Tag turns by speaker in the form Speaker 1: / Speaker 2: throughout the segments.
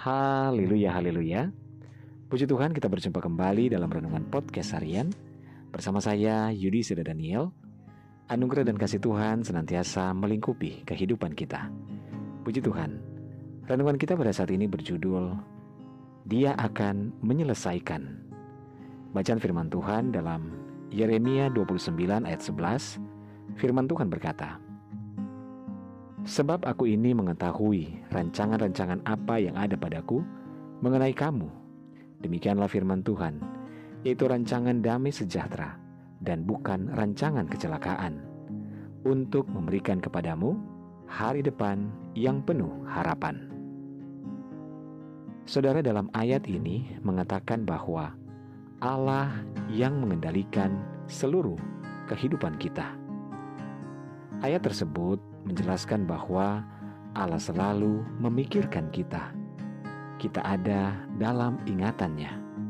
Speaker 1: Haleluya, haleluya. Puji Tuhan, kita berjumpa kembali dalam Renungan Podcast Harian bersama saya, Yudi Seda Daniel. Anugerah dan kasih Tuhan senantiasa melingkupi kehidupan kita. Puji Tuhan, renungan kita pada saat ini berjudul Dia akan menyelesaikan. Bacaan firman Tuhan dalam Yeremia 29 ayat 11. Firman Tuhan berkata, "Sebab aku ini mengetahui rancangan-rancangan apa yang ada padaku mengenai kamu. Demikianlah firman Tuhan, yaitu rancangan damai sejahtera dan bukan rancangan kecelakaan, untuk memberikan kepadamu hari depan yang penuh harapan." Saudara, dalam ayat ini mengatakan bahwa Allah yang mengendalikan seluruh kehidupan kita. Ayat tersebut menjelaskan bahwa Allah selalu memikirkan kita. Kita ada dalam ingatannya.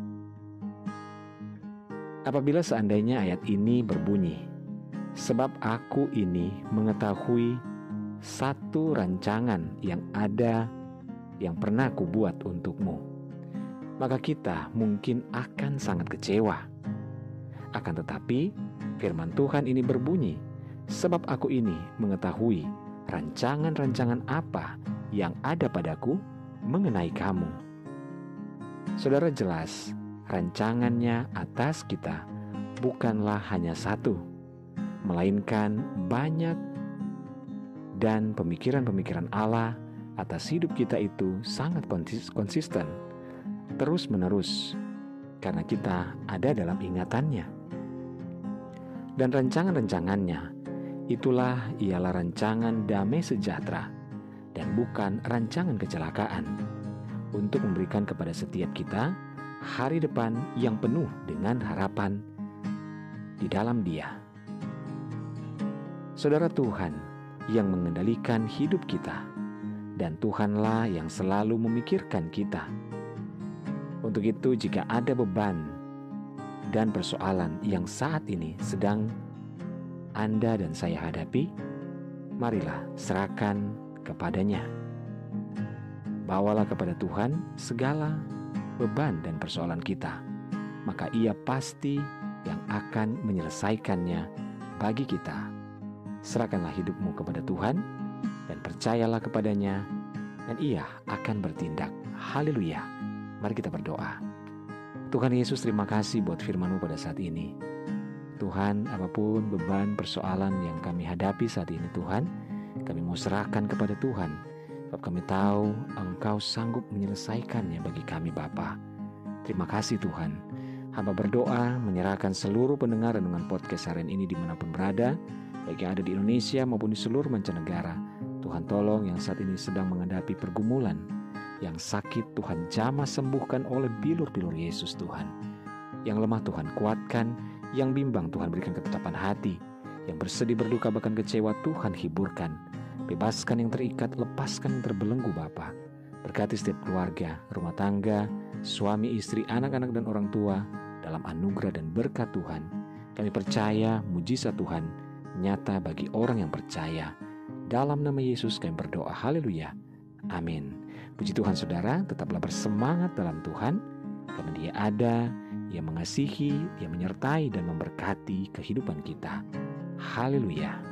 Speaker 1: Apabila seandainya ayat ini berbunyi, "Sebab aku ini mengetahui satu rancangan yang ada yang pernah kubuat untukmu," maka kita mungkin akan sangat kecewa. Akan tetapi firman Tuhan ini berbunyi, "Sebab aku ini mengetahui rancangan-rancangan apa yang ada padaku mengenai kamu." Saudara, jelas rancangannya atas kita bukanlah hanya satu, melainkan banyak, dan pemikiran-pemikiran Allah atas hidup kita itu sangat konsisten, terus-menerus, karena kita ada dalam ingatannya. Dan rancangan-rancangannya ialah rancangan damai sejahtera dan bukan rancangan kecelakaan, untuk memberikan kepada setiap kita hari depan yang penuh dengan harapan di dalam Dia. Saudara, Tuhan yang mengendalikan hidup kita, dan Tuhanlah yang selalu memikirkan kita. Untuk itu, jika ada beban dan persoalan yang saat ini sedang Anda dan saya hadapi, marilah serahkan kepadanya. Bawalah kepada Tuhan segala beban dan persoalan kita, maka Ia pasti yang akan menyelesaikannya bagi kita. Serahkanlah hidupmu kepada Tuhan dan percayalah kepadanya, dan Ia akan bertindak. Haleluya. Mari kita berdoa. Tuhan Yesus, terima kasih buat firman-Mu pada saat ini. Tuhan, apapun beban persoalan yang kami hadapi saat ini, Tuhan, kami mau serahkan kepada Tuhan, sebab kami tahu Engkau sanggup menyelesaikannya bagi kami, Bapa. Terima kasih Tuhan. Hamba berdoa menyerahkan seluruh pendengar renungan podcast harian ini dimanapun berada, baik yang ada di Indonesia maupun di seluruh mancanegara. Tuhan, tolong yang saat ini sedang menghadapi pergumulan, yang sakit Tuhan jamah sembuhkan oleh bilur-bilur Yesus Tuhan. Yang lemah Tuhan kuatkan, yang bimbang Tuhan berikan ketetapan hati, yang bersedih berduka bahkan kecewa Tuhan hiburkan. Bebaskan yang terikat, lepaskan yang terbelenggu Bapa. Berkati setiap keluarga, rumah tangga, suami, istri, anak-anak dan orang tua dalam anugerah dan berkat Tuhan. Kami percaya mujizat Tuhan nyata bagi orang yang percaya. Dalam nama Yesus kami berdoa, haleluya, amin. Puji Tuhan saudara, tetaplah bersemangat dalam Tuhan, karena Dia ada, Dia mengasihi, Dia menyertai dan memberkati kehidupan kita. Haleluya.